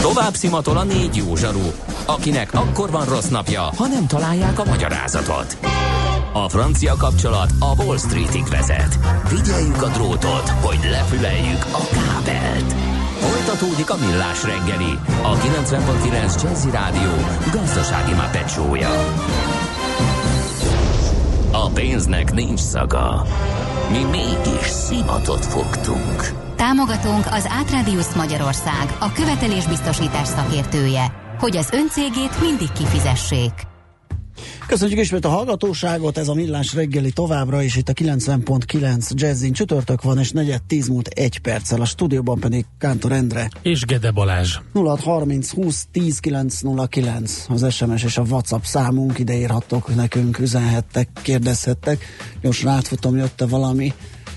Tovább szimatol a 4 jó zsaru, akinek akkor van rossz napja, ha nem találják a magyarázatot. A francia kapcsolat a Wall Streetig vezet. Figyeljük a drótot, hogy lefüleljük a kábelt. Folytatódik a Millás reggeli, a 90.9 Jazzy Rádió gazdasági mápecsója. A pénznek nincs szaga. Mi mégis szimatot fogtunk. Támogatónk az Átradius Magyarország, a követelésbiztosítás szakértője, hogy az öncégét mindig kifizessék. Köszönjük ismét a hallgatóságot, ez a Millás reggeli továbbra is itt a 90.9 Jazzin. Csütörtök van, és 9:10 múlt 1 perccel, a stúdióban pedig Kántor Endre és Gede Balázs. 0630 20 10 909 az SMS és a WhatsApp számunk, ide írhattok nekünk, üzenhettek, kérdezhettek. Gyorsan átfutom, jött-e valami?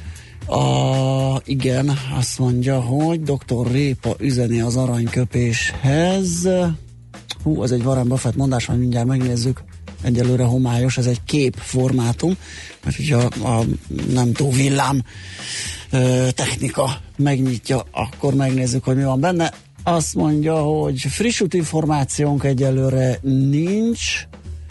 Igen, azt mondja, hogy Dr. Répa üzeni az aranyköpéshez. Az egy Warren Buffett mondás, majd mindjárt megnézzük. Egyelőre homályos, ez egy képformátum, mert hogyha a nem túl villám technika megnyitja, akkor megnézzük, hogy mi van benne. Azt mondja, hogy frissült információnk egyelőre nincs.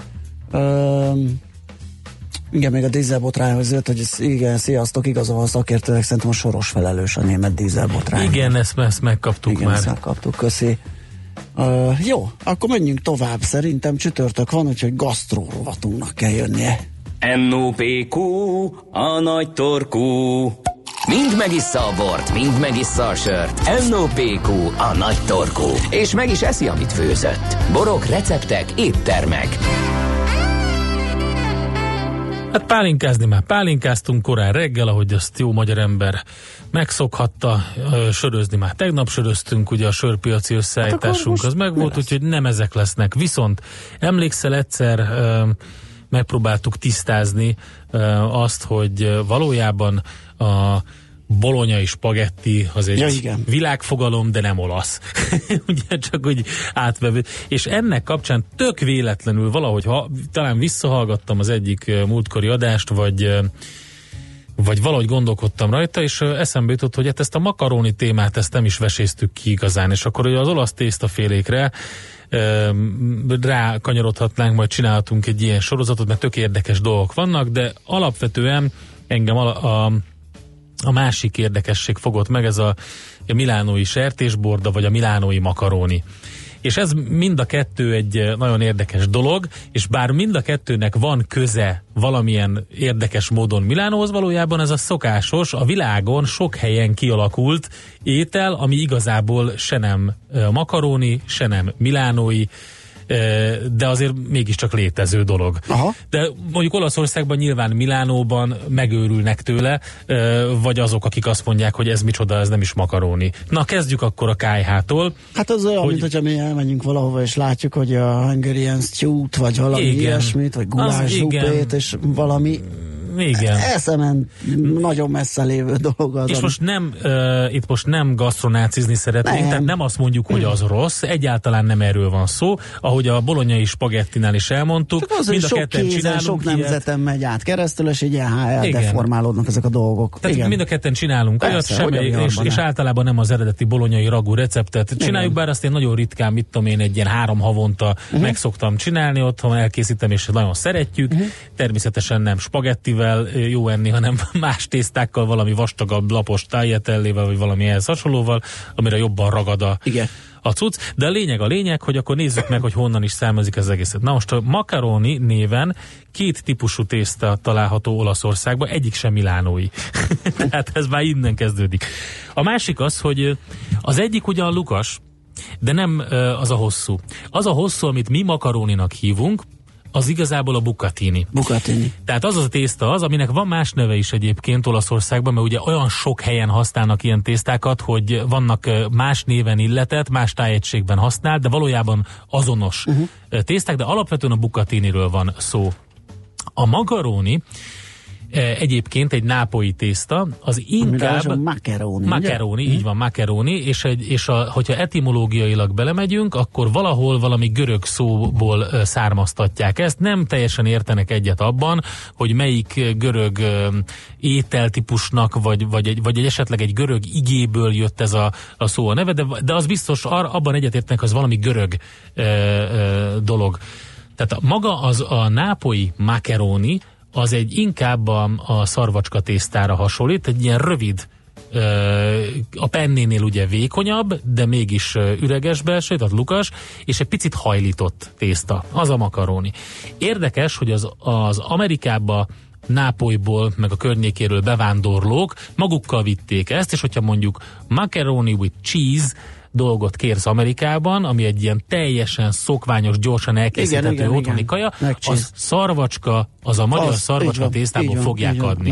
Igen, még a dízelbotrányhoz jött, hogy igen, sziasztok, igazol a szakértőnek, szerintem a Soros felelős a német dízelbotrány. Igen, ezt megkaptuk igen, már. Igen, ezt megkaptuk, köszi. Jó, akkor menjünk tovább. Szerintem csütörtök van, úgyhogy gasztrórovatunknak kell jönnie. NOPQ, a nagy torkú. Mind megissza a bort, mind megissza a sört. NOPQ, a nagy torkú. És meg is eszi, amit főzött. Borok, receptek, éttermek. Hát pálinkázni már pálinkáztunk korán reggel, ahogy azt jó magyar ember megszokhatta, sörözni már tegnap söröztünk, ugye a sörpiaci összeállításunk az megvolt, úgyhogy nem ezek lesznek. Viszont emlékszel egyszer megpróbáltuk tisztázni azt, hogy valójában a bolonyai spagetti az egy világfogalom, de nem olasz. Ugye csak hogy átvevő. És ennek kapcsán tök véletlenül valahogy, talán visszahallgattam az egyik múltkori adást, vagy valahogy gondolkodtam rajta, és eszembe jutott, hogy hát ezt a makaróni témát, ezt nem is veséztük ki igazán, és akkor ugye az olasz tésztafélékre rá kanyarodhatnánk, majd csinálhatunk egy ilyen sorozatot, mert tök érdekes dolgok vannak, de alapvetően engem a másik érdekesség fogott meg, ez a milánói sertésborda, vagy a milánói makaróni. És ez mind a kettő egy nagyon érdekes dolog, és bár mind a kettőnek van köze valamilyen érdekes módon Milánóhoz, valójában ez a szokásos, a világon sok helyen kialakult étel, ami igazából se nem makaróni, se nem milánói, de azért mégiscsak létező dolog. Aha. De mondjuk Olaszországban nyilván Milánóban megőrülnek tőle, vagy azok, akik azt mondják, hogy ez micsoda, ez nem is makaróni. Na, kezdjük akkor a kályhától. Hát az olyan, mint hogyha mi elmenjünk valahova, és látjuk, hogy a Hungarian stew-t, vagy valami ilyesmit, vagy gulás zsupét, és valami igen. Eszemen nagyon messze lévő dolog az. És most nem, itt most nem gasztronácizni szeretnénk, tehát nem azt mondjuk, hogy az rossz, egyáltalán nem erről van szó, ahogy a bolonyai spagettinál is elmondtuk. Csak az, mind a ketten csinálunk sok nemzeten megy át keresztül, és így ilyen deformálódnak ezek a dolgok. Tehát mind a ketten csinálunk olyat, és általában nem az eredeti bolonyai ragú receptet csináljuk, bár azt én nagyon ritkán, mit tudom én, egy ilyen 3 havonta meg szoktam csinálni, otthon elkészítem, és nagyon szeretjük. Természetesen nem spagettivel jó enni, hanem más tésztákkal, valami vastagabb, lapos tagliatellével, vagy valami ehhez hasonlóval, amire jobban ragad a cucc. De a lényeg, hogy akkor nézzük meg, hogy honnan is származik ez az egészet. Na most a makaroni néven 2 típusú tészta található Olaszországban, egyik sem milánói. Tehát ez már innen kezdődik. A másik az, hogy az egyik ugyan lukas, de nem az a hosszú. Az a hosszú, amit mi makaróninak hívunk, az igazából a bucatini. Tehát az a tészta az, aminek van más neve is egyébként Olaszországban, mert ugye olyan sok helyen használnak ilyen tésztákat, hogy vannak más néven illetett, más tájegységben használt, de valójában azonos tészták, de alapvetően a bucatiniről van szó. A makaróni egyébként egy nápolyi tészta, az inkább macaroni, így van, macaroni, hogyha etimológiailag belemegyünk, akkor valahol valami görög szóból származtatják ezt. Nem teljesen értenek egyet abban, hogy melyik görög ételtípusnak, vagy esetleg egy görög igéből jött ez a szó a neve, de az biztos, abban egyetértenek, az valami görög dolog. Tehát maga a nápolyi macaroni, az egy inkább a szarvacska tésztára hasonlít, egy ilyen rövid, a pennénél ugye vékonyabb, de mégis üreges belső, tehát lukas, és egy picit hajlított tészta, az a makaroni. Érdekes, hogy az Amerikába Nápolyból, meg a környékéről bevándorlók magukkal vitték ezt, és hogyha mondjuk macaroni with cheese dolgot kérsz Amerikában, ami egy ilyen teljesen szokványos, gyorsan elkészíthető otthoni kaja, az szarvacska, az a magyar szarvacska tésztából fogják adni.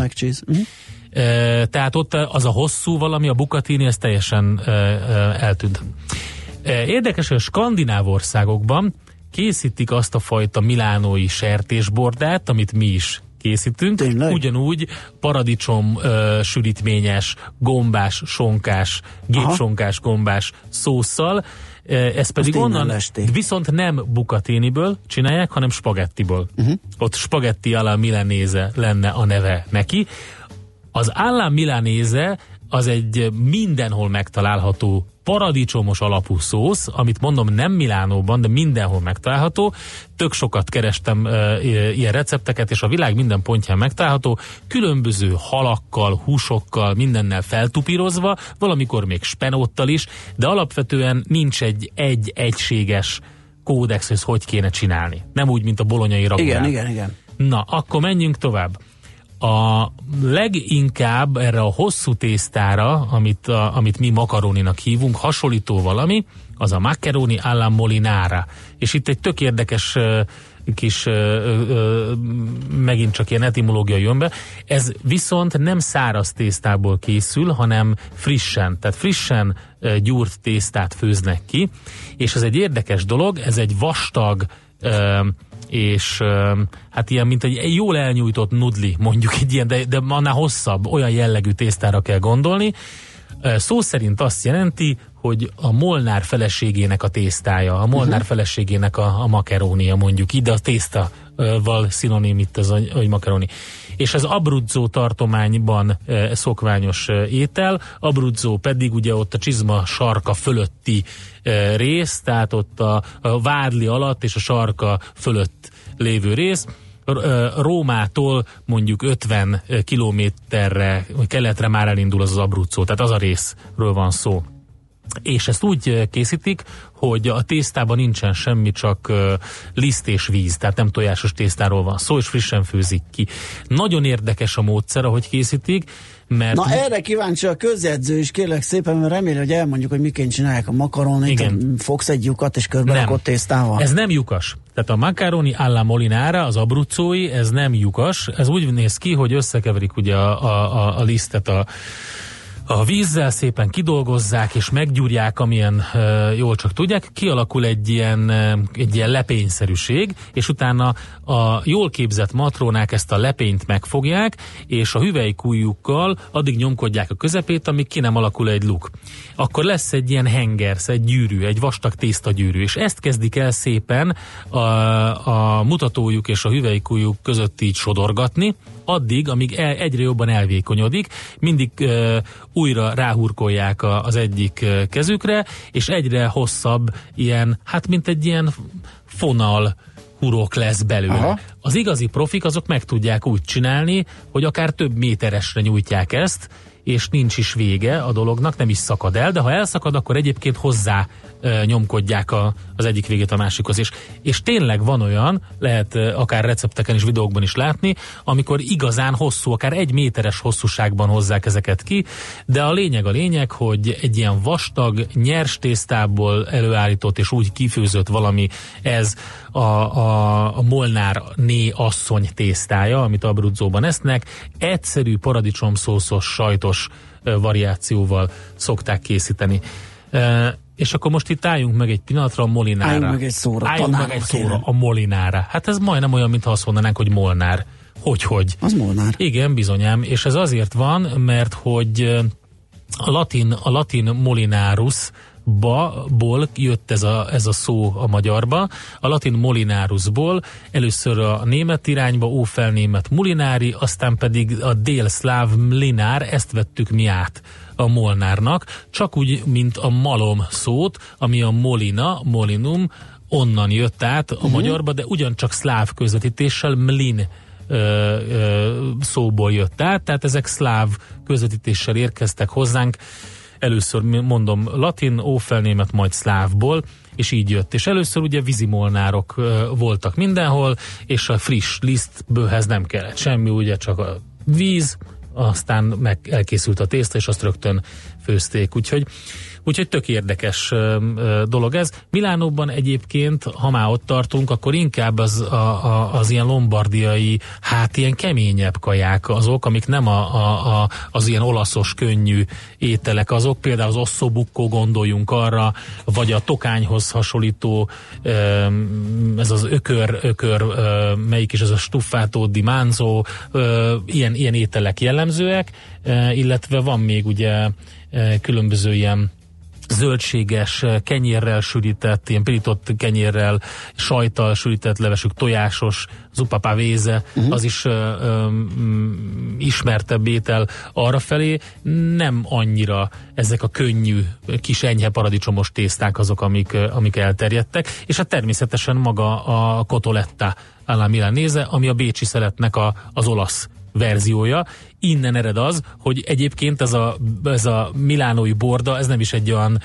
Tehát ott az a hosszú valami, a bucatini, ez teljesen eltűnt. Érdekes, hogy a skandináv országokban készítik azt a fajta milánói sertésbordát, amit mi is készítünk, ugyanúgy paradicsom sülítményes, gombás, sonkás, gépsonkás gombás szósszal, ez pedig onnan viszont nem bucatiniből csinálják, hanem spagettiból. Ott spagetti alla milanese lenne a neve neki. Az alla milanese az egy mindenhol megtalálható paradicsomos alapú szósz, amit mondom nem Milánóban, de mindenhol megtalálható. Tök sokat kerestem ilyen recepteket, és a világ minden pontján megtalálható, különböző halakkal, húsokkal, mindennel feltupírozva, valamikor még spenóttal is, de alapvetően nincs egy egységes kódex, hogy kéne csinálni. Nem úgy, mint a bolonyai ragúnál. Igen. Na, akkor menjünk tovább. A leginkább erre a hosszú tésztára, amit mi makaroninak hívunk, hasonlító valami, az a macaroni alla molinara. És itt egy tök érdekes kis megint csak ilyen etimológia jön be. Ez viszont nem száraz tésztából készül, hanem frissen. Tehát frissen gyúrt tésztát főznek ki, és ez egy érdekes dolog, ez egy vastag és hát ilyen, mint egy jól elnyújtott nudli, mondjuk egy ilyen, de annál hosszabb, olyan jellegű tésztára kell gondolni. Szó szerint azt jelenti, hogy a Molnár feleségének a tésztája, a Molnár feleségének a makarónia, mondjuk ide a tésztaval szinonim itt az, hogy makaroni. És az Abruzzo tartományban szokványos étel, Abruzzo pedig ugye ott a csizma sarka fölötti rész, tehát ott a vádli alatt és a sarka fölött lévő rész. Rómától mondjuk 50 kilométerre keletre már elindul az Abruzzo, tehát az a részről van szó. És ezt úgy készítik, hogy a tésztában nincsen semmi, csak liszt és víz, tehát nem tojásos tésztáról van szó, és frissen főzik ki. Nagyon érdekes a módszer, ahogy készítik, mert... Na erre kíváncsi a közjegyző is, kérlek szépen, mert remélem, hogy elmondjuk, hogy miként csinálják a makaronit, fogsz egy lyukat és körberakott tésztával. Ez nem lyukas. Tehát a macaroni alla molinara, az abruzzói, ez nem lyukas. Ez úgy néz ki, hogy összekeverik ugye a lisztet a vízzel, szépen kidolgozzák és meggyúrják, amilyen jól csak tudják, kialakul egy ilyen lepényszerűség, és utána a jól képzett matrónák ezt a lepényt megfogják, és a hüvelykujjukkal addig nyomkodják a közepét, amíg ki nem alakul egy luk. Akkor lesz egy ilyen hengersz, egy gyűrű, egy vastag tésztagyűrű, és ezt kezdik el szépen a mutatójuk és a hüvelykujjuk között így sodorgatni, addig, amíg egyre jobban elvékonyodik, mindig újra ráhurkolják az egyik kezükre, és egyre hosszabb ilyen, hát mint egy ilyen fonal hurok lesz belőle. Aha. Az igazi profik azok meg tudják úgy csinálni, hogy akár több méteresre nyújtják ezt, és nincs is vége a dolognak, nem is szakad el, de ha elszakad, akkor egyébként hozzá nyomkodják az egyik végét a másikhoz. És tényleg van olyan, lehet akár recepteken és videókban is látni, amikor igazán hosszú, akár 1 méteres hosszúságban hozzák ezeket ki, de a lényeg, hogy egy ilyen vastag, nyers tésztából előállított és úgy kifőzött valami, ez a Molnár-né asszony tésztája, amit Abruzzóban esznek, egyszerű paradicsomszószos, sajtos variációval szokták készíteni. És akkor most itt álljunk meg egy pillanatra a Molinára. Álljunk meg egy szóra a Molinára. Hát ez majdnem olyan, mintha azt mondanánk, hogy Molnár. Hogyhogy. Az Molnár. Igen, bizonyám, és ez azért van, mert hogy a latin molinárus ból jött ez a szó a magyarba. A latin molinárusból először a német irányba, ófelnémet mulinári, aztán pedig a délszláv mlinár, ezt vettük mi át a Molnárnak, csak úgy, mint a malom szót, ami a molina, molinum, onnan jött át a magyarba, de ugyancsak szláv közvetítéssel mlin szóból jött át, tehát ezek szláv közvetítéssel érkeztek hozzánk, először mondom latin, ófelnémet, majd szlávból, és így jött. És először ugye vízimolnárok voltak mindenhol, és a friss lisztbőhez nem kellett semmi, ugye csak a víz, aztán meg elkészült a tészta, és azt rögtön főzték. Úgyhogy tök érdekes dolog ez. Milánóban egyébként, ha már ott tartunk, akkor inkább az ilyen lombardiai, hát ilyen keményebb kaják azok, amik nem az ilyen olaszos, könnyű ételek azok, például az ossobuco, gondoljunk arra, vagy a tokányhoz hasonlító, ez az ökör, melyik is ez a stufato di manzo, ilyen ételek jellemzőek, illetve van még ugye különböző ilyen zöldséges, kenyérrel sűrített, ilyen pirított kenyérrel, sajttal sűrített levesük, tojásos, zuppa pavese, az is ismertebb étel arrafelé. Nem annyira ezek a könnyű, kis enyhe paradicsomos tészták azok, amik elterjedtek, és hát természetesen maga a cotoletta alla milanese, ami a bécsi szeletnek az olasz verziója. Innen ered az, hogy egyébként ez a milánói borda, ez nem is egy olyan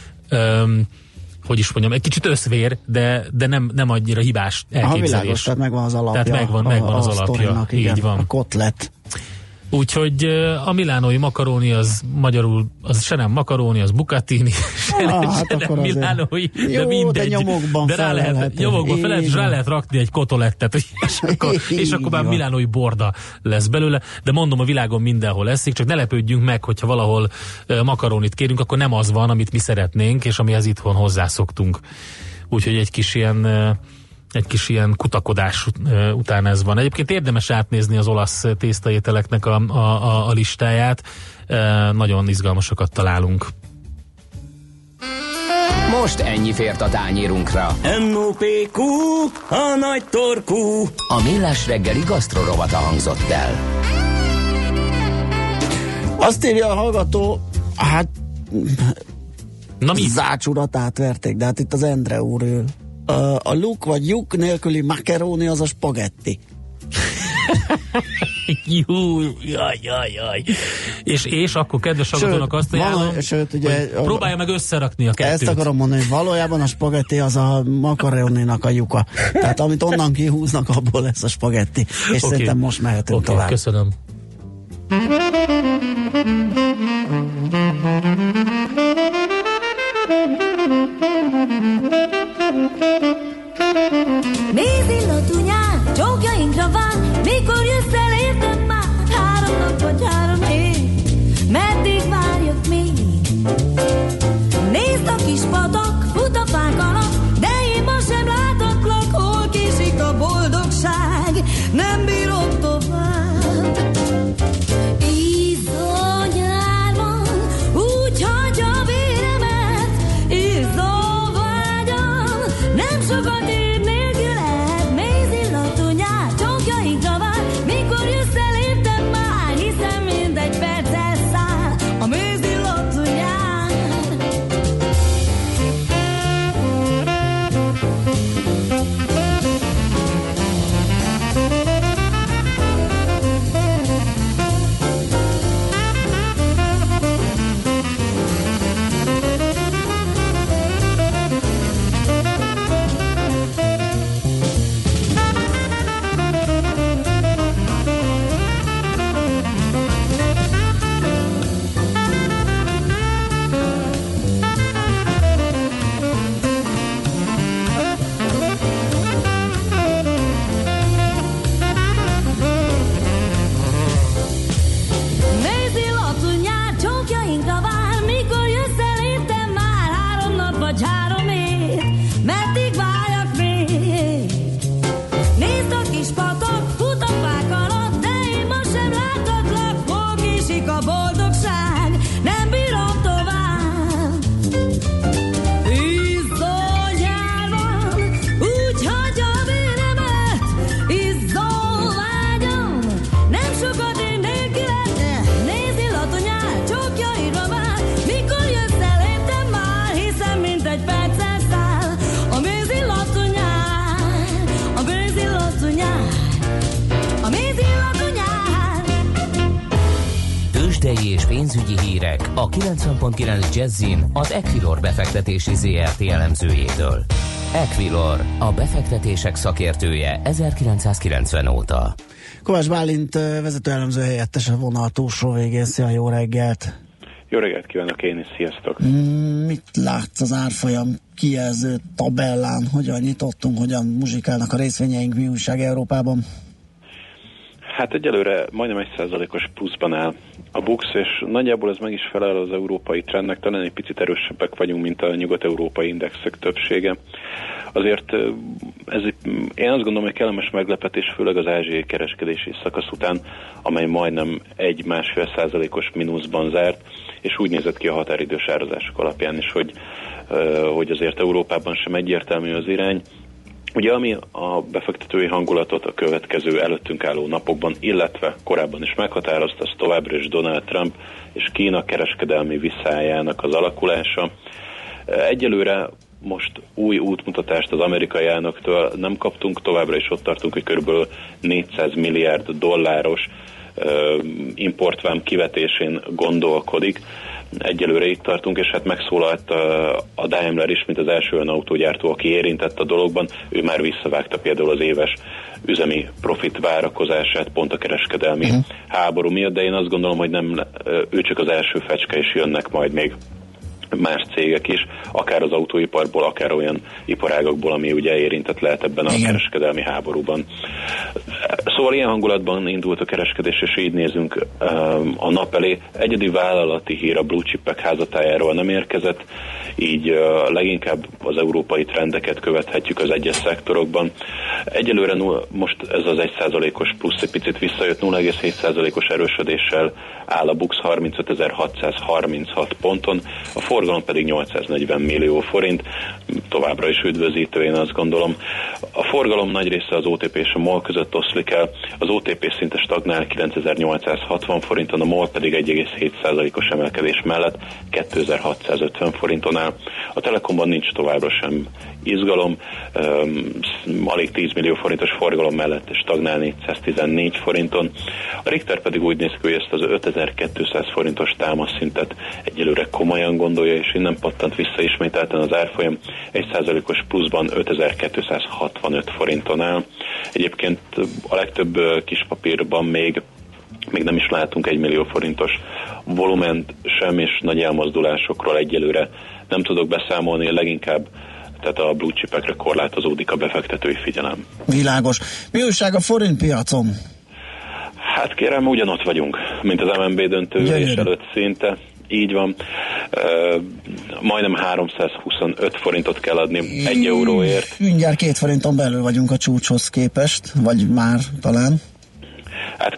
hogy is mondjam, egy kicsit összvér, de nem annyira hibás elképzelés. Világos, tehát megvan az alapja. Tehát megvan az alapja. Sztorinak, igen, így van. A kotlet. Úgyhogy a milánói makaróni az magyarul, az se nem makaróni, az bucatini, se nem milánói, de mindegy. De nyomokban fel lehet, és rá lehet rakni egy kotolettet, és akkor már milánói borda lesz belőle. De mondom, a világon mindenhol eszik, csak ne lepődjünk meg, hogyha valahol makarónit kérünk, akkor nem az van, amit mi szeretnénk, és amihez itthon hozzászoktunk. Úgyhogy egy kis ilyen kutakodás után ez van. Egyébként érdemes átnézni az olasz tésztaételeknek a listáját. Nagyon izgalmasokat találunk. Most ennyi fért a tányérunkra. NOPQ, a nagy torkú. A Millás reggeli gasztrorovata hangzott el. Azt írja a hallgató, hát na mi? Zácsurat átverték, de hát itt az Endre úr ül. A luk vagy lyuk nélküli macaroni az a spagetti. Jaj. És akkor kedves hallgatónak azt ajánlom, próbálja meg összerakni a kettőt. Ezt akarom mondani, hogy valójában a spagetti az a makaroninak a lyuka. Tehát amit onnan kihúznak, abból lesz a spagetti. És szerintem most mehetünk tovább. Köszönöm. Mézillatú nyár, csókjainkra vár, mikor jössz el, értem már, 3 nap vagy 3 év, meddig várjak még? Nézd a kis patak, fut a fák alatt, de én ma sem látatlak, hol késik a boldogság, nem bírom tovább. Izzó nyár van, úgy hagyja a véremet, izzó vágyam, nem sokat ér nélküled, mézillatú nyár, csókjainkra vár, mikor jössz el, értem már, hiszen mindegy perccel száll a mézillatú nyár. Mézillatú nyár, csókjainkra vár, mikor jössz el, értem már, 3 nap vagy 3 év, meddig várjak még? Nézd a kis patak, fut a fák alatt, Tőzsdei és pénzügyi hírek a 90.9 Jazzin az Equilor befektetési ZRT elemzőjétől. Equilor, a befektetések szakértője 1990 óta. Kovács Bálint vezető elemző helyettes a vonal túlsó végén. Szia, jó reggelt! Jó reggelt kívánok én is, sziasztok! Mit látsz az árfolyam kijelző tabellán? Hogyan nyitottunk, hogyan muzsikálnak a részvényeink, mi újság Európában? Hát egyelőre majdnem 1%-os pluszban áll a BUX, és nagyjából ez meg is felel az európai trendnek, talán egy picit erősebbek vagyunk, mint a nyugat-európai indexek többsége. Azért én azt gondolom, hogy kellemes meglepetés, főleg az ázsiai kereskedési szakasz után, amely majdnem 1-1,5%-os mínuszban zárt, és úgy nézett ki a határidős árazások alapján is, hogy azért Európában sem egyértelmű az irány. Ugye ami a befektetői hangulatot a következő előttünk álló napokban, illetve korábban is meghatározta, az továbbra is Donald Trump és Kína kereskedelmi viszályának az alakulása. Egyelőre most új útmutatást az amerikai elnöktől nem kaptunk, továbbra is ott tartunk, hogy kb. 400 milliárd dolláros importvám kivetésén gondolkodik. Egyelőre itt tartunk, és hát megszólalt a Daimler is, mint az első olyan autógyártó, aki érintett a dologban. Ő már visszavágta például az éves üzemi profit várakozását pont a kereskedelmi háború miatt, de én azt gondolom, hogy nem ő csak az első fecske, és jönnek majd még más cégek is, akár az autóiparból, akár olyan iparágakból, ami ugye érintett lehet ebben a kereskedelmi háborúban. Szóval ilyen hangulatban indult a kereskedés, és így nézünk a nap elé. Egyedi vállalati hír a blue chipek házatájáról nem érkezett, így leginkább az európai trendeket követhetjük az egyes szektorokban. Egyelőre most ez az 1%-os plusz egy picit visszajött, 0,7%-os erősödéssel áll a BUX 35.636 ponton, a forgalom pedig 840 millió forint, továbbra is üdvözítő, én azt gondolom. A forgalom nagy része az OTP és a MOL között oszlik el, az OTP szinte stagnál 9860 forinton, a MOL pedig 1,7%-os emelkedés mellett 2650 forinton áll. A Telekomban nincs továbbra sem izgalom, alig 10 millió forintos forgalom mellett stagnál 414 forinton. A Richter pedig úgy néz ki, hogy ezt az 5200 forintos támaszszintet egyelőre komolyan gondolja, és innen pattant vissza ismételten az árfolyam 1%-os pluszban 5265 forinton áll. Egyébként a legtöbb kispapírban még nem is látunk 1 millió forintos volument sem, és nagy elmozdulásokról egyelőre nem tudok beszámolni, leginkább tehát a blue chipekre korlátozódik a befektetői figyelem. Világos. Mi újság a forint piacon? Hát kérem, ugyanott vagyunk, mint az MNB döntőülés előtt szinte. Így van. Majdnem 325 forintot kell adni 1 euróért. Mindjárt 2 forinton belül vagyunk a csúcshoz képest, vagy már talán? Hát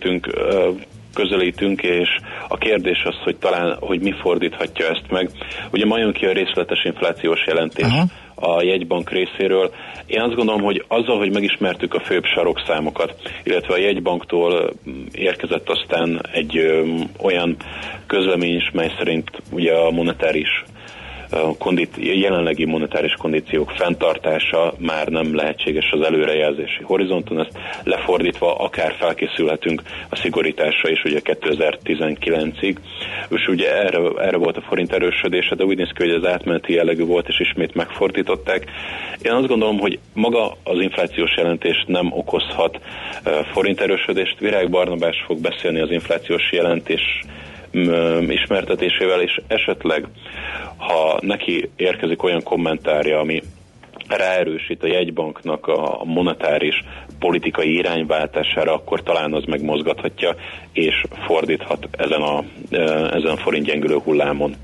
közelítünk, és a kérdés az, hogy talán, hogy mi fordíthatja ezt meg. Ugye ma jön ki a részletes inflációs jelentés a jegybank részéről. Én azt gondolom, hogy azzal, hogy megismertük a főbb sarokszámokat, illetve a jegybanktól érkezett aztán egy olyan közlemény is, mely szerint ugye a monetáris jelenlegi monetáris kondíciók fenntartása már nem lehetséges az előrejelzési horizonton, ezt lefordítva akár felkészülhetünk a szigorításra is ugye 2019-ig, és ugye erre volt a forint erősödése, de úgy néz ki, hogy az átmeneti jellegű volt, és ismét megfordították. Én azt gondolom, hogy maga az inflációs jelentés nem okozhat forint erősödést. Virág Barnabás fog beszélni az inflációs jelentés ismertetésével, és esetleg, ha neki érkezik olyan kommentárja, ami ráerősít a jegybanknak a monetáris politikai irányváltására, akkor talán az megmozgathatja, és fordíthat ezen forint gyengülő hullámon.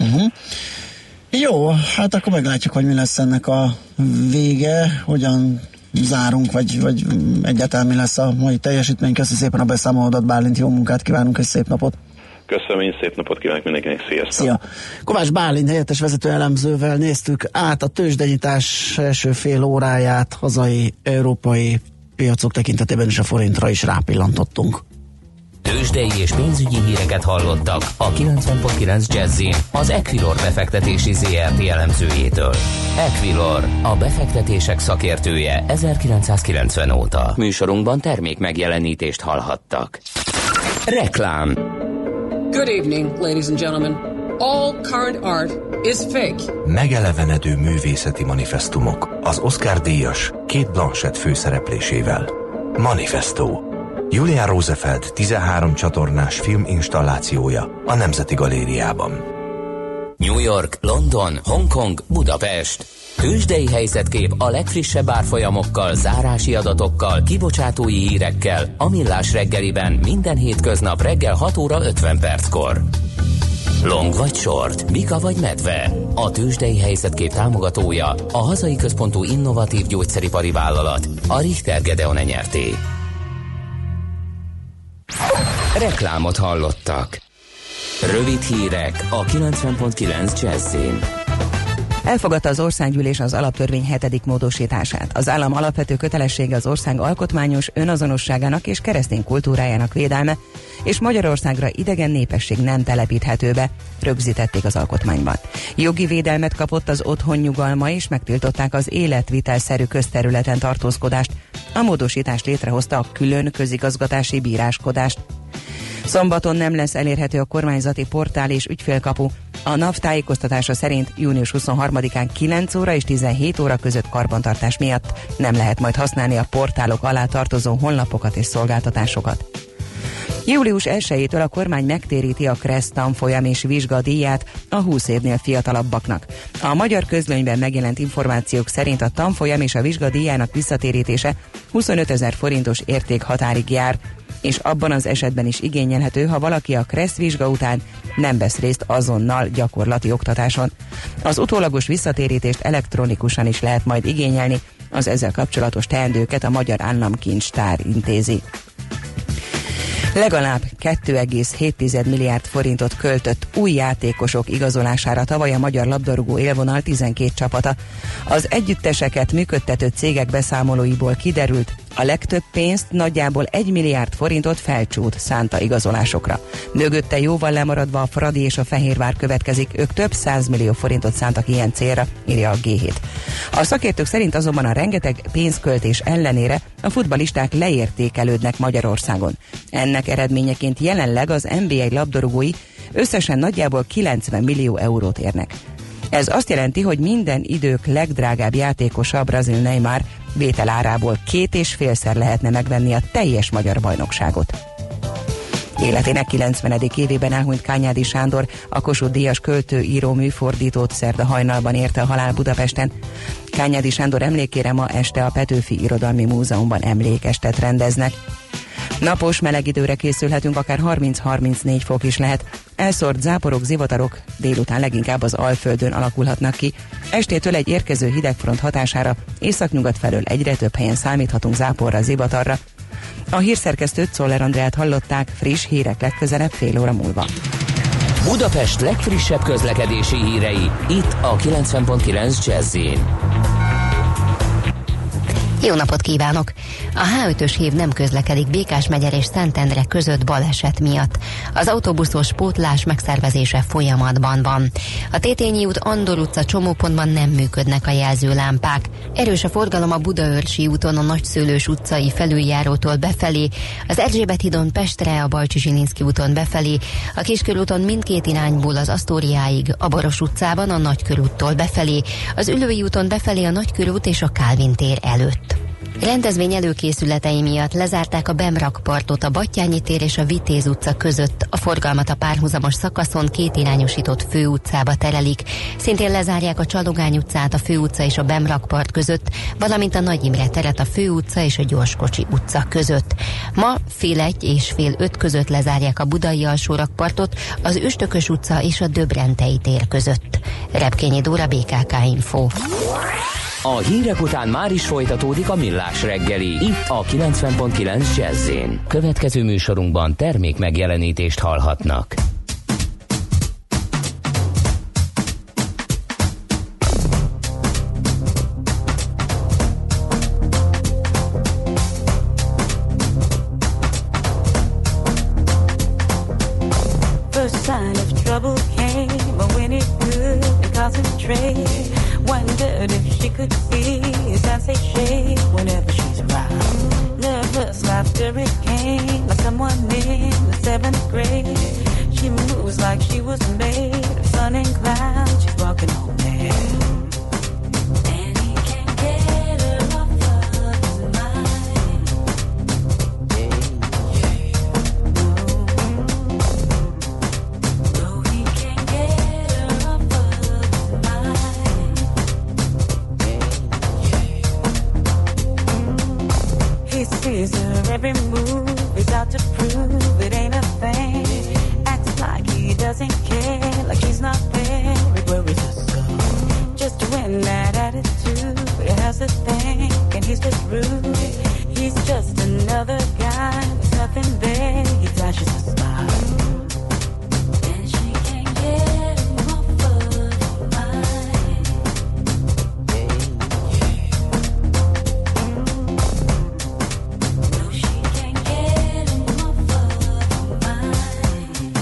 Jó, hát akkor meglátjuk, hogy mi lesz ennek a vége, hogyan zárunk, vagy egyáltalán mi lesz a mai teljesítmény. Köszi szépen a beszámolódat, Bálint, jó munkát kívánunk, és szép napot! Köszönöm, én szép napot kívánok mindenkinek, sziasztok! Szia! Kovács Bálint helyettes vezető elemzővel néztük át a tőzsdenyítás első fél óráját, hazai, európai piacok tekintetében is a forintra is rápillantottunk. Tőzsdei és pénzügyi híreket hallottak a 90.9 Jazzin az Equilor befektetési ZRT elemzőjétől. Equilor, a befektetések szakértője 1990 óta. Műsorunkban termék megjelenítést hallhattak. Reklám. Good evening, ladies and gentlemen. All current art is fake. Megelevenedő művészeti manifestumok az Oscar-díjas Kate Blanchett főszereplésével. Manifesto. Julia Rosefeld 13 csatornás filminstallációja a Nemzeti Galériában. New York, London, Hongkong, Budapest. Tőzsdei helyzetkép a legfrissebb árfolyamokkal, zárási adatokkal, kibocsátói hírekkel a Millás reggeliben minden hétköznap reggel 6 óra 50 perckor. Long vagy short, bika vagy medve. A tőzsdei helyzetkép támogatója a hazai központú innovatív gyógyszeripari vállalat, a Richter Gedeon Nyrt. Reklámot hallottak. Rövid hírek a 90.9 Jazzin. Elfogadta az Országgyűlés az Alaptörvény 7. módosítását. Az állam alapvető kötelessége az ország alkotmányos önazonosságának és keresztény kultúrájának védelme, és Magyarországra idegen népesség nem telepíthető be, rögzítették az alkotmányban. Jogi védelmet kapott az otthon nyugalma, és megtiltották az életvitelszerű közterületen tartózkodást. A módosítás létrehozta a külön közigazgatási bíráskodást. Szombaton nem lesz elérhető a kormányzati portál és ügyfélkapu. A NAV tájékoztatása szerint június 23-án 9 óra és 17 óra között karbantartás miatt nem lehet majd használni a portálok alá tartozó honlapokat és szolgáltatásokat. Július 1-től a kormány megtéríti a KRESZ tanfolyam és vizsgadíját a 20 évnél fiatalabbaknak. A Magyar Közlönyben megjelent információk szerint a tanfolyam és a vizsgadíjának visszatérítése 25 000 forintos értékhatárig jár, és abban az esetben is igényelhető, ha valaki a KRESZ vizsga után nem vesz részt azonnal gyakorlati oktatáson. Az utólagos visszatérítést elektronikusan is lehet majd igényelni, az ezzel kapcsolatos teendőket a Magyar Államkincstár intézi. Legalább 2,7 milliárd forintot költött új játékosok igazolására tavaly a magyar labdarúgó élvonal 12 csapata. Az együtteseket működtető cégek beszámolóiból kiderült, a legtöbb pénzt, nagyjából 1 milliárd forintot Felcsút szánta igazolásokra. Mögötte jóval lemaradva a Fradi és a Fehérvár következik, ők több 100 millió forintot szántak ilyen célra, írja a G7. A szakértők szerint azonban a rengeteg pénzköltés ellenére a futballisták leértékelődnek Magyarországon. Ennek eredményeként jelenleg az NBA labdarúgói összesen nagyjából 90 millió eurót érnek. Ez azt jelenti, hogy minden idők legdrágább játékosa, a brazil Neymar vételárából 2,5-szer lehetne megvenni a teljes magyar bajnokságot. Életének 90. évében elhunyt Kányádi Sándor, a Kossuth-díjas költő, író, műfordítót szerda hajnalban érte a halál Budapesten. Kányádi Sándor emlékére ma este a Petőfi Irodalmi Múzeumban emlékestet rendeznek. Napos, meleg időre készülhetünk, akár 30-34 fok is lehet. Elszórt záporok, zivatarok délután leginkább az Alföldön alakulhatnak ki. Estétől egy érkező hidegfront hatására északnyugat felől egyre több helyen számíthatunk záporra, zivatarra. A hírszerkesztőt, Czoller Andreát hallották, friss hírek legközelebb fél óra múlva. Budapest legfrissebb közlekedési hírei, itt a 90.9 Jazz-in. Jó napot kívánok! A H5-ös hív nem közlekedik Békásmegyer és Szentendre között baleset miatt. Az autóbuszos pótlás megszervezése folyamatban van. A Tétényi út, Andor utca csomópontban nem működnek a jelzőlámpák. Erős a forgalom a Budaörsi úton, a Nagyszőlős utcai felüljárótól befelé, az Erzsébet hídon Pestre, a Bajcsi-Zsilinszky úton befelé, a Kiskörúton mindkét irányból az Asztóriáig, a Baros utcában a Nagykörúttól befelé, az Üllői úton befelé a Nagykörút és a Kálvin tér előtt. Rendezvény előkészületei miatt lezárták a Bemrakpartot, a Battyányi tér és a Vitéz utca között. A forgalmat a párhuzamos szakaszon kétirányosított főutcába terelik. Szintén lezárják a Csalogány utcát, a Főutca és a Bemrakpart között, valamint a Nagy Imre teret a Főutca és a Gyorskocsi utca között. Ma 4:30 és 4:30 között lezárják a Budai alsórakpartot, az Üstökös utca és a Döbrentei tér között. Repkényi Dóra, BKK Info. A hírek után már is folytatódik a Millás reggeli, itt a 90.9 Jazz-in. Következő műsorunkban termék megjelenítést hallhatnak. First sign of trouble came when it could concentrate. Wondered if she could see his eyes say shade whenever she's around. Nervous laughter, it came like someone in the 7th grade. She She moves like she was made of sun and clouds. She's walking on air. And he can't get her off of his mind. No, he can't get her off of his mind. He sees her every move. He's out to prove it ain't a thing. Acts like he doesn't care, like she's not there. It worries her so. Just to win that attitude, but it has to think, and he's just rude. He's just another guy, there's nothing there. He flashes a smile, and she can't get him off of her mind. No, she can't get him off of her mind.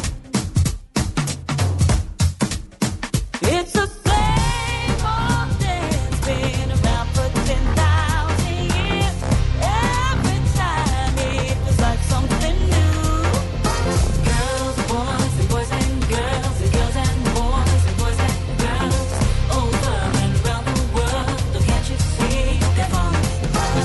It's the same old dance, been around for 10,000 years. Every time it feels like something new. Girls, boys, and boys and girls, and girls and boys, and boys and girls, over and around the world. Oh, can't you see they're falling in love?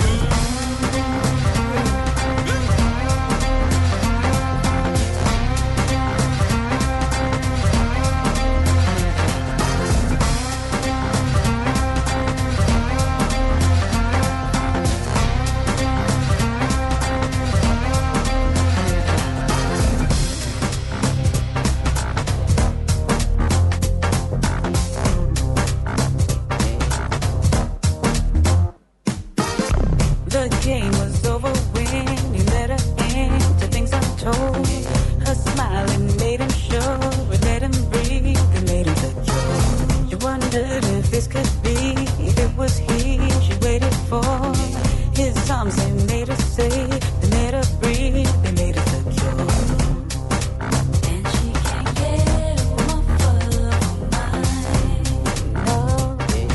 The game was over when he let her into things untold. Her smiling made him sure, it let him breathe, it made him secure. She wondered if this could be, if it was he she waited for. His arms, they made her safe, they made her breathe, they made her secure. And she can't get him off of her mind. No. Hey,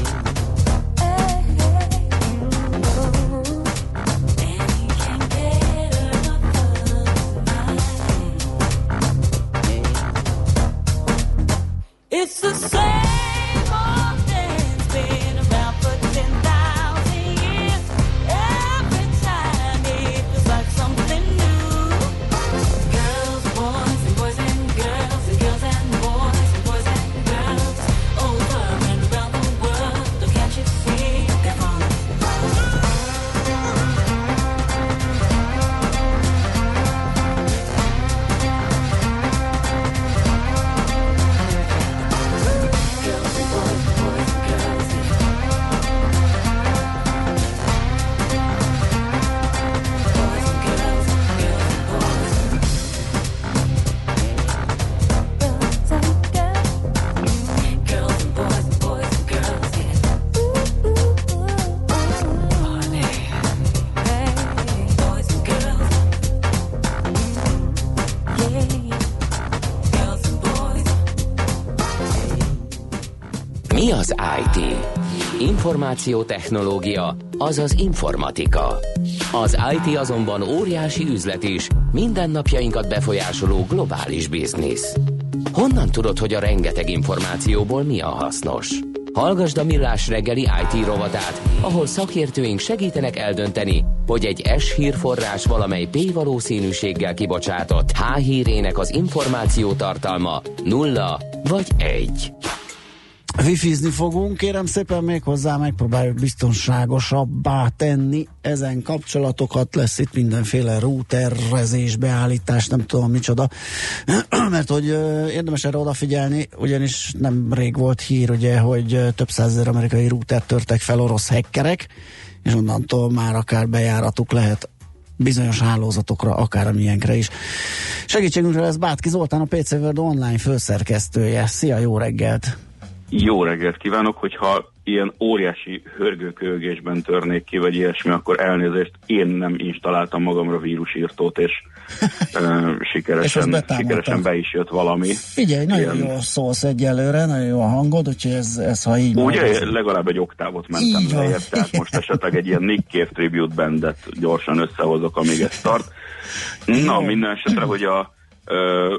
no. And he can't get her off of his mind. It's the same old dance, been around for 10,000 years. Every time it feels like something new. Girls, boys, and boys and girls, and girls and boys, and boys and girls, over and around the world. Oh, can't you see they're falling in love? Girls and boys, boys and girls, and boys and girls, girls and boys. Girls and boys and boys and girls, yeah. Honey. Hey, boys and girls. Yeah. Girls and boys. Mi az IT? Információtechnológia, azaz informatika. Az IT azonban óriási üzlet is, mindennapjainkat befolyásoló globális biznisz. Honnan tudod, hogy a rengeteg információból mi a hasznos? Hallgasd a Millás reggeli IT rovatát, ahol szakértőink segítenek eldönteni, hogy egy S hírforrás valamely P valószínűséggel kibocsátott H hírének az információ tartalma 0 vagy 1. Wifi-zni fogunk, kérem szépen, még hozzá megpróbáljuk biztonságosabbá tenni ezen kapcsolatokat. Lesz itt mindenféle routerrezés, beállítás, nem tudom micsoda, mert hogy érdemes erre odafigyelni, ugyanis nem rég volt hír, ugye, hogy több százezer amerikai routert törtek fel orosz hackerek, és onnantól már akár bejáratuk lehet bizonyos hálózatokra, akár amilyenkre is. Segítségünkre lesz Bátki Zoltán, a PC World online főszerkesztője. Szia, jó reggelt! Jó reggelt kívánok, hogyha ilyen óriási hörgőkölgésben törnék ki, vagy ilyesmi, akkor elnézést, én nem installáltam magamra vírusírtót, és sikeresen be is jött valami. Figyelj, nagyon jól szólsz egyelőre, nagyon jó a hangod, úgyhogy ez ha így ugye, marad, legalább egy oktávot mentem lejjebb, tehát most esetleg egy ilyen Nick Cave tribute bandet gyorsan összehozok, amíg ez tart. Na, minden esetre, hogy a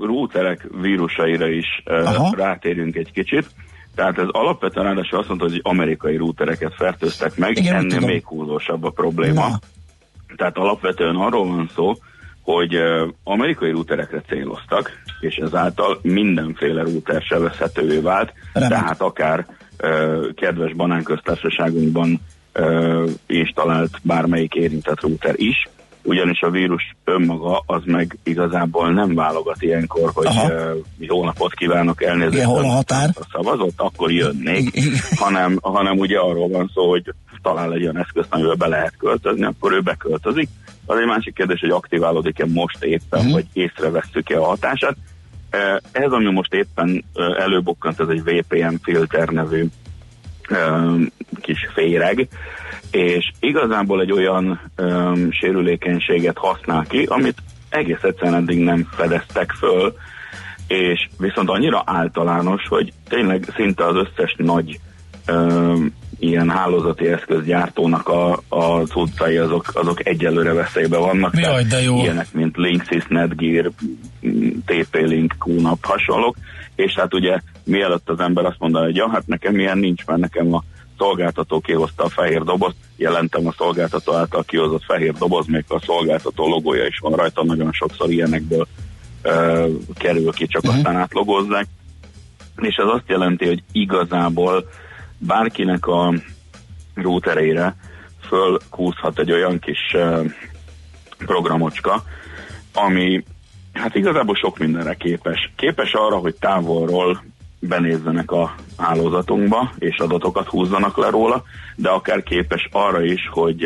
routerek vírusaira is rátérünk egy kicsit. Tehát ez alapvetően ráadásul azt mondta, hogy amerikai routereket fertőztek meg, igen, ennél még húzósabb a probléma. Na. Tehát alapvetően arról van szó, hogy amerikai routerekre céloztak, és ezáltal mindenféle router sebezhetővé vált, tehát akár kedves banánköztársaságunkban installált bármelyik érintett router is, ugyanis a vírus önmaga az meg igazából nem válogat ilyenkor, hogy jó napot kívánok, elnézést, hol a határ? Ha szavazott, akkor jönnék, hanem ugye arról van szó, hogy talál egy olyan eszközt, amivel be lehet költözni, akkor ő beköltözik. Az egy másik kérdés, hogy aktiválódik-e most éppen, vagy észrevesszük-e a hatását. Ez, ami most éppen előbukkant, ez egy VPN filter nevű kis féreg, és igazából egy olyan sérülékenységet használ ki, amit egész egyszerűen eddig nem fedeztek föl, és viszont annyira általános, hogy tényleg szinte az összes nagy ilyen hálózati eszközgyártónak a cuccai azok egyelőre veszélybe vannak. Jaj, de jó. Ilyenek, mint Linksys, Netgear, TP-Link, QNAP, hasonlók, és hát ugye mielőtt az ember azt mondaná, hogy ja, hát nekem ilyen nincs, mert nekem a szolgáltató kihozta a fehér dobozt, jelentem a szolgáltató által kihozott fehér doboz, még a szolgáltató logója is van rajta, nagyon sokszor ilyenekből kerül ki, csak aztán átlogozzák, és ez azt jelenti, hogy igazából bárkinek a routerére fölkúszhat egy olyan kis programocska, ami hát igazából sok mindenre képes. Képes arra, hogy távolról benézzenek a hálózatunkba, és adatokat húzzanak le róla, de akár képes arra is,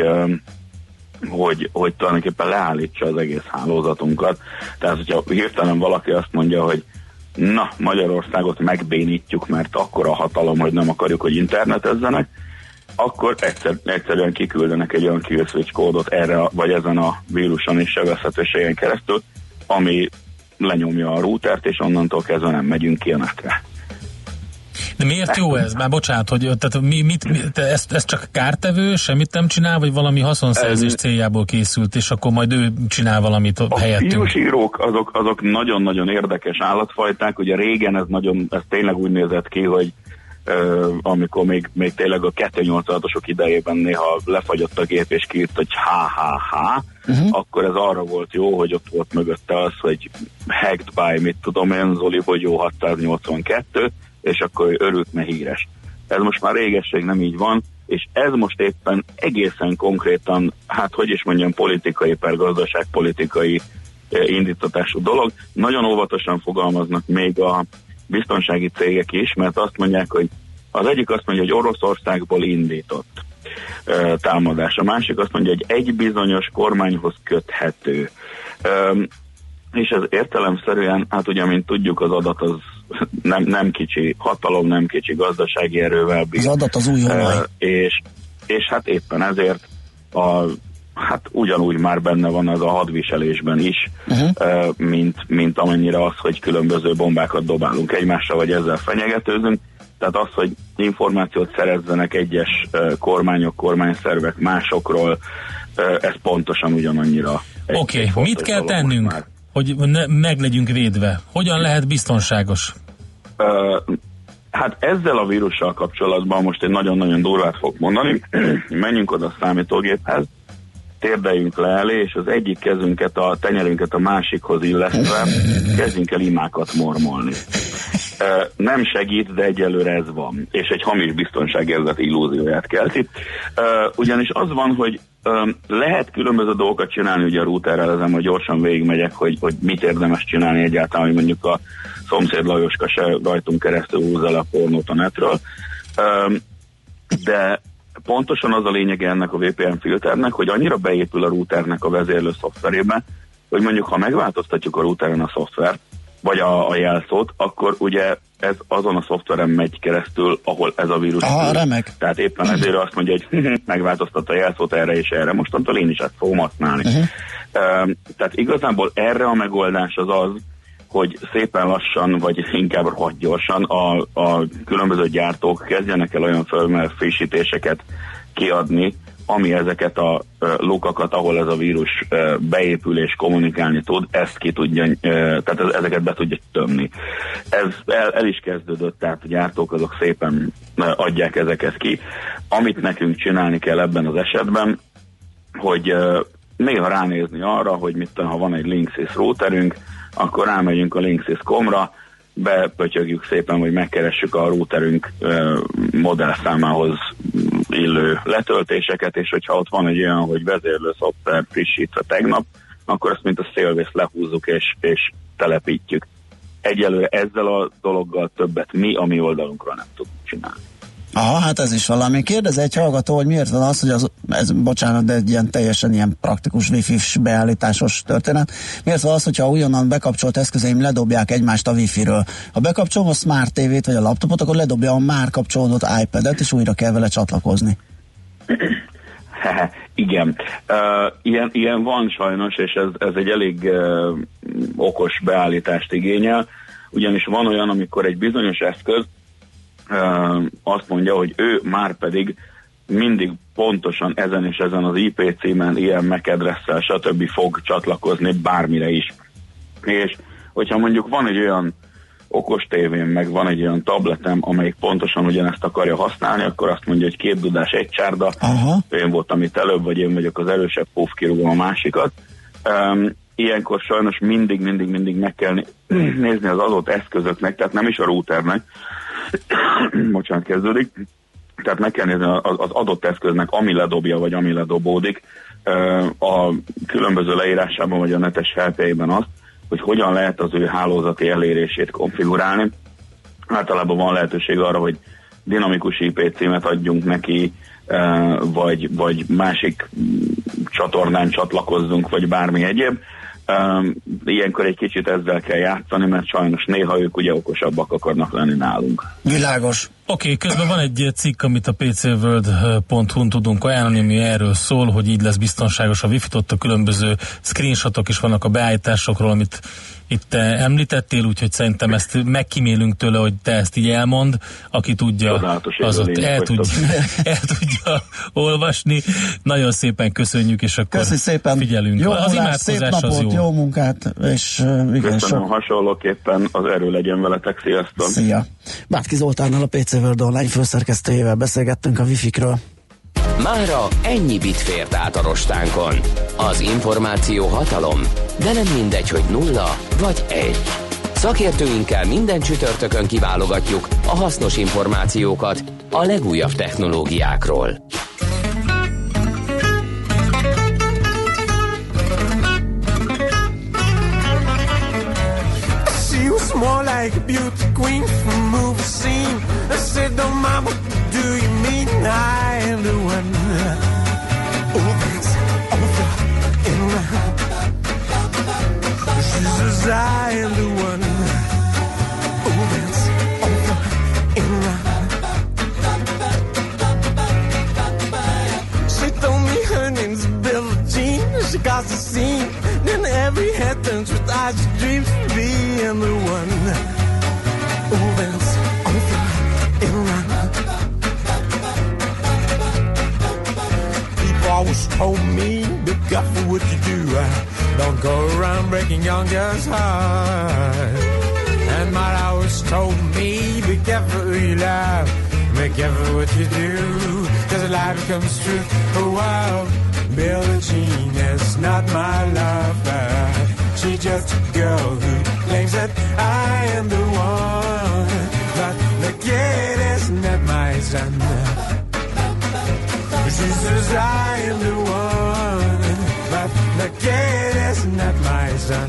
hogy tulajdonképpen leállítsa az egész hálózatunkat. Tehát, hogyha hirtelen valaki azt mondja, hogy na, Magyarországot megbénítjuk, mert akkora hatalom, hogy nem akarjuk, hogy internetezzenek, akkor egyszerűen kiküldenek egy olyan kill switch kódot erre, vagy ezen a víruson és sebezhetőségen keresztül, ami lenyomja a routert, és onnantól kezdve nem megyünk ki a netre. De miért jó ez? Már bocsánat, hogy ez csak kártevő, semmit nem csinál, vagy valami haszonszerzés céljából készült, és akkor majd ő csinál valamit helyettünk? A vírusírók azok nagyon-nagyon érdekes állatfajták, ugye régen ez tényleg úgy nézett ki, hogy amikor még tényleg a 286-osok idejében néha lefagyott a gép és kiírt, hogy ha, akkor ez arra volt jó, hogy ott volt mögötte az, hogy hacked by, mit tudom én, Zoli Bogyó 682, és akkor örült, mert híres. Ez most már régesség nem így van, és ez most éppen egészen konkrétan, hát hogy is mondjam, politikai per gazdaságpolitikai indítatású dolog. Nagyon óvatosan fogalmaznak még a biztonsági cégek is, mert azt mondják, hogy az egyik azt mondja, hogy Oroszországból indított támadás, a másik azt mondja, hogy egy bizonyos kormányhoz köthető. És ez értelemszerűen, hát ugye, mint tudjuk, az adat az nem kicsi hatalom, nem kicsi gazdasági erővel bír. Az adat az új olaj. És hát éppen ezért hát ugyanúgy már benne van az a hadviselésben is, mint amennyire az, hogy különböző bombákat dobálunk egymásra, vagy ezzel fenyegetőzünk. Tehát az, hogy információt szerezzenek egyes kormányok, kormányszervek másokról, ez pontosan ugyanannyira. Oké, mit kell tennünk, már, hogy meg legyünk védve? Hogyan lehet biztonságos? Hát ezzel a vírussal kapcsolatban most egy nagyon-nagyon durvát fogok mondani. Menjünk oda a számítógéphez, térdeljünk le elé, és az egyik kezünket, a tenyerünket a másikhoz illesztve kezdjünk el imákat mormolni. Nem segít, de egyelőre ez van, és egy hamis biztonságérzet illúzióját kelti. Ugyanis az van, hogy lehet különböző dolgokat csinálni, ugye a routerrel ezen, hogy gyorsan végigmegyek, hogy mit érdemes csinálni egyáltalán, hogy mondjuk a szomszéd Lajoska se rajtunk keresztül húzza le a pornót a netről. De pontosan az a lényege ennek a VPN filternek, hogy annyira beépül a routernek a vezérlő szoftverébe, hogy mondjuk ha megváltoztatjuk a routeren a szoftvert, vagy a jelszót, akkor ugye ez azon a szoftveren megy keresztül, ahol ez a vírus. Remek. Tehát éppen ezért azt mondja, hogy megváltoztatta a jelszót erre és erre, mostantól én is ezt fogom használni. Tehát igazából erre a megoldás az, hogy szépen lassan, vagy inkább rohadt gyorsan a különböző gyártók kezdjenek el olyan firmware frissítéseket kiadni, ami ezeket a lukakat, ahol ez a vírus beépül és kommunikálni tud, ezt ki tudja, tehát ezeket be tudja tömni. Ez el is kezdődött, tehát a gyártók azok szépen adják ezeket ki. Amit nekünk csinálni kell ebben az esetben, hogy néha ránézni arra, hogy ha van egy Linksys routerünk, akkor rámegyünk a Linksys.com-ra, bepötyögjük szépen, hogy megkeressük a routerünk modellszámához illő letöltéseket, és hogyha ott van egy olyan, hogy vezérlő szoftver frissítve tegnap, akkor azt mint a szélvész lehúzzuk és telepítjük. Egyelőre ezzel a dologgal többet mi a mi oldalunkra nem tudunk csinálni. Aha, hát ez is valami. Kérdez egy hallgató, hogy miért van az, hogy ez bocsánat, de egy ilyen teljesen ilyen praktikus wifi-s beállításos történet. Miért van az, hogyha újonnan bekapcsolt eszközeim ledobják egymást a wifi-ről? Ha bekapcsolom a Smart TV-t vagy a laptopot, akkor ledobja a már kapcsolódott iPad-et, és újra kell vele csatlakozni. Igen. Ilyen van sajnos, és ez egy elég okos beállítást igényel, ugyanis van olyan, amikor egy bizonyos eszköz azt mondja, hogy ő már pedig mindig pontosan ezen és ezen az IP címen, ilyen MAC addresszel, stb. Fog csatlakozni bármire is. És hogyha mondjuk van egy olyan okos tévém, meg van egy olyan tabletem, amelyik pontosan ugyanezt akarja használni, akkor azt mondja, hogy 2 dudás, 1 csárda. Aha. Én voltam itt előbb, vagy én vagyok az erősebb, puf, kirúgom a másikat. Ilyenkor sajnos mindig meg kell nézni az adott eszközöknek, tehát nem is a routernek, bocsánat, kezdődik, tehát meg kell nézni az adott eszköznek, ami ledobja, vagy ami ledobódik, a különböző leírásában, vagy a netes felpejében azt, hogy hogyan lehet az ő hálózati elérését konfigurálni. Általában van lehetőség arra, hogy dinamikus IP címet adjunk neki, vagy másik csatornán csatlakozzunk, vagy bármi egyéb. Ilyenkor egy kicsit ezzel kell játszani, mert sajnos néha ők ugye okosabbak akarnak lenni nálunk. Világos. Oké, közben van egy cikk, amit a pcworld.hu-n tudunk ajánlani, ami erről szól, hogy így lesz biztonságos a wifi-t, ott a különböző screenshotok is vannak a beállításokról, amit itt te említettél, úgyhogy szerintem ezt megkímélünk tőle, hogy te ezt így elmond, aki tudja, az ott el tudja olvasni. Nagyon szépen köszönjük, és akkor szépen. Figyelünk. Jó az imádkozás az jó. Jó munkát, és igen, köszönöm, hasonlóképpen az erő legyen veletek, sziasztok! Szia! Bátki Zoltánnal, a PC World Online főszerkesztőjével beszélgettünk a wifi-kről. Mára ennyi bit fért át a rostánkon. Az információ hatalom, de nem mindegy, hogy 0 vagy 1. Szakértőinkkel minden csütörtökön kiválogatjuk a hasznos információkat a legújabb technológiákról. She was more like a beauty queen from a movie scene. I said, "Oh mama, do you mean I am the one?" Oh, that's over and around. She says, "I am the one." Oh, that's over and around. She told me her name's Billie Jean. She caused a scene. Then every head turns with eyes she dreams of being the one. Oh, that's over and around. People always told me, be careful what you do. Don't go around breaking young girls' hearts. And my always told me, be careful who you love. Be careful what you do, 'cause life comes true. Oh wow, Billie Jean is not my lover. She's just a girl who claims that I am the one. But the kid is not my son. She says I am the one. But the kid is not my son.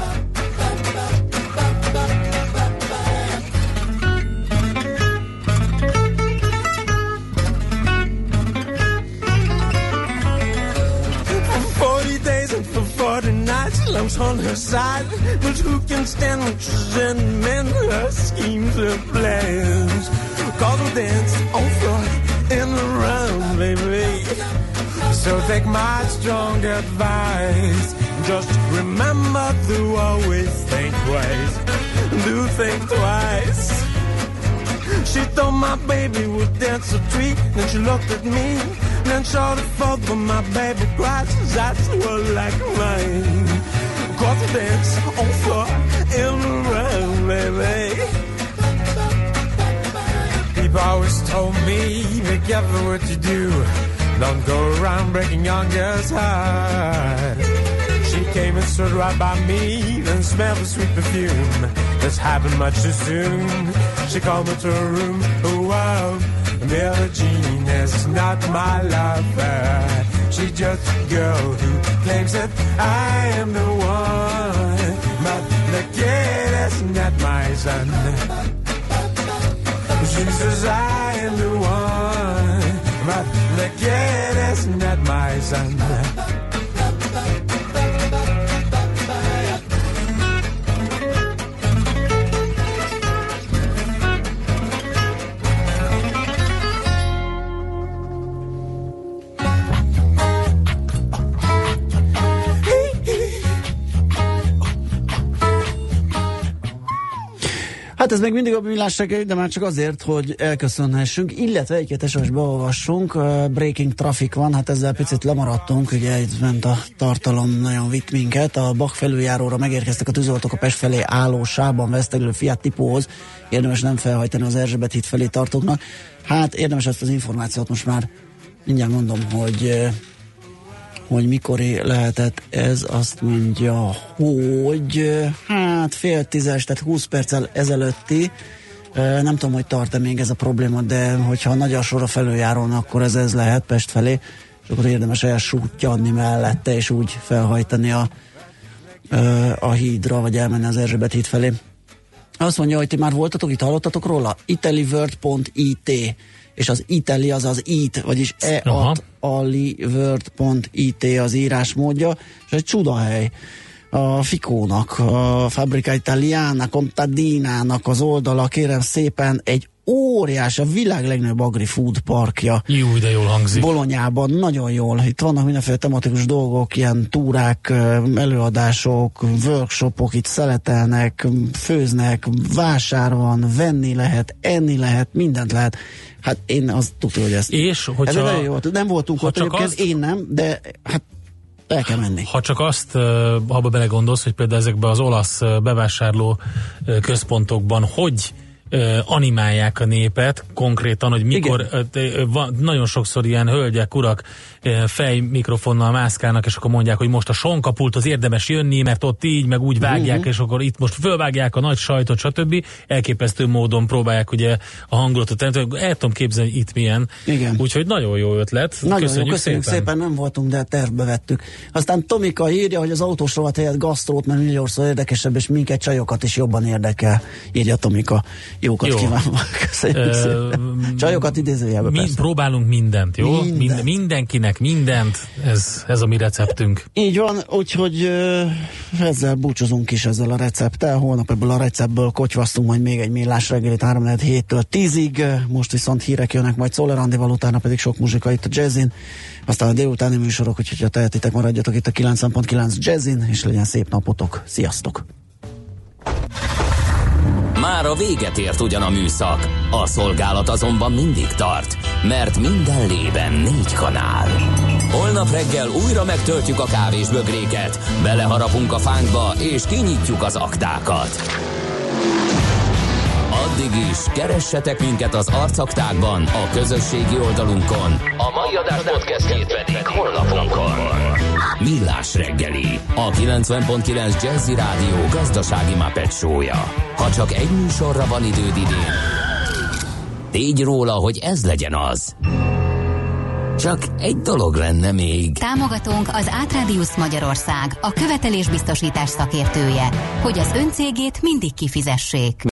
Lumps on her side, but who can stand when she's in men, her schemes, her plans? Cause we'll dance on floor and around, baby. So take my strong advice. Just remember to always think twice. Do think twice. She thought my baby would dance a treat, then she looked at me. Then short of fault when my baby cries, that's what like mine. Cause the dance on floor in the room, baby. People always told me, be careful what you do. Don't go around breaking young girls' heart. She came and stood right by me and smelled the sweet perfume. This happened much too soon. She called me to her room. Oh wow, Billie Jean is not my lover. She's just a girl who claims that I am the one. But the kid is not my son. She says I am the one. But the kid is not my son. Hát ez még mindig a Millás reggeli, de már csak azért, hogy elköszönhessünk, illetve egy-két SMS-be olvassunk. Breaking traffic van, hát ezzel picit lemaradtunk, ugye itt ment a tartalom, nagyon vitt minket. A Bach felüljáróra megérkeztek a tűzoltók a Pest felé álló sávban veszteglő Fiat Tipóhoz. Érdemes nem felhajtani az Erzsébet híd felé tartóknak. Hát érdemes ezt az információt most már mindjárt mondom, hogy mikor lehetett ez, azt mondja, hogy hát 9:30, tehát 20 perccel ezelőtti, nem tudom, hogy tart-e még ez a probléma, de hogyha nagy a sor a felüljárón, akkor ez lehet Pest felé, és akkor érdemes elsúttyadni mellette, és úgy felhajtani a hídra, vagy elmenni az Erzsébet híd felé. Azt mondja, hogy ti már voltatok, itt hallottatok róla? Italyworld.it, és az Italy az az IT, vagyis eatallyworld.it az írásmódja, és egy csodahely. A Ficónak, a Fabbrica Italiana, Contadinának az oldala, kérem szépen, egy óriás, a világ legnagyobb agri-food parkja. Jó, de jól hangzik. Bolonyában, nagyon jól. Itt vannak mindenféle tematikus dolgok, ilyen túrák, előadások, workshopok, itt szeletelnek, főznek, vásár van, venni lehet, enni lehet, mindent lehet. Hát én azt tudtam, hogy ezt... És hogyha... Nem voltunk ott egyébként, azt... én nem, de hát el kell menni. Ha csak azt, ha belegondolsz, hogy például ezekben az olasz bevásárló központokban hogy animálják a népet konkrétan, hogy mikor nagyon sokszor ilyen hölgyek, urak fejmikrofonnal mászkálnak, és akkor mondják, hogy most a sonkapulthoz érdemes jönni, mert ott így, meg úgy vágják, és akkor itt most fölvágják a nagy sajtot, stb. Elképesztő módon próbálják ugye a hangulatot teremteni. El tudom képzelni, hogy itt milyen. Igen. Úgyhogy nagyon jó ötlet. Nagyon köszönjük szépen, nem voltunk, de tervbe vettük. Aztán Tomika írja, hogy az autós rovat helyett gasztrót, mert milliószor érdekesebb, és minket csajokat is jobban érdekel, írja Tomika. Jókat kívánok. Köszönjük szépen. Csajokat idézőjelbe persze. Próbálunk mindent, jó? Mindenkinek mindent. Ez a mi receptünk. Így van, úgyhogy ezzel búcsúzunk is ezzel a recepttel. Holnap ebből a receptből kotyvasztunk majd még egy Millás reggelit 3-7-től 10-ig. Most viszont hírek jönnek majd Szoller Andival, utána pedig sok muzsika itt a Jazzin. Aztán a délutáni műsorok, úgyhogy ha tehetitek, maradjatok itt a 90.9 Jazzin, és legyen szép napotok. Sziasztok! Már a véget ért ugyan a műszak, a szolgálat azonban mindig tart, mert minden lében 4 kanál. Holnap reggel újra megtöltjük a kávésbögréket, beleharapunk a fánkba és kinyitjuk az aktákat. Addig is keressetek minket az arcaktákban, a közösségi oldalunkon. A mai adás podcastjét pedig honlapunkon. Millás reggeli, a 90.9 Jazzy Rádió gazdasági Muppet show-ja. Ha csak egy műsorra van időd idén, tégy róla, hogy ez legyen az. Csak egy dolog lenne még. Támogatónk az Átradius Magyarország, a követelésbiztosítás szakértője, hogy az öncégét mindig kifizessék.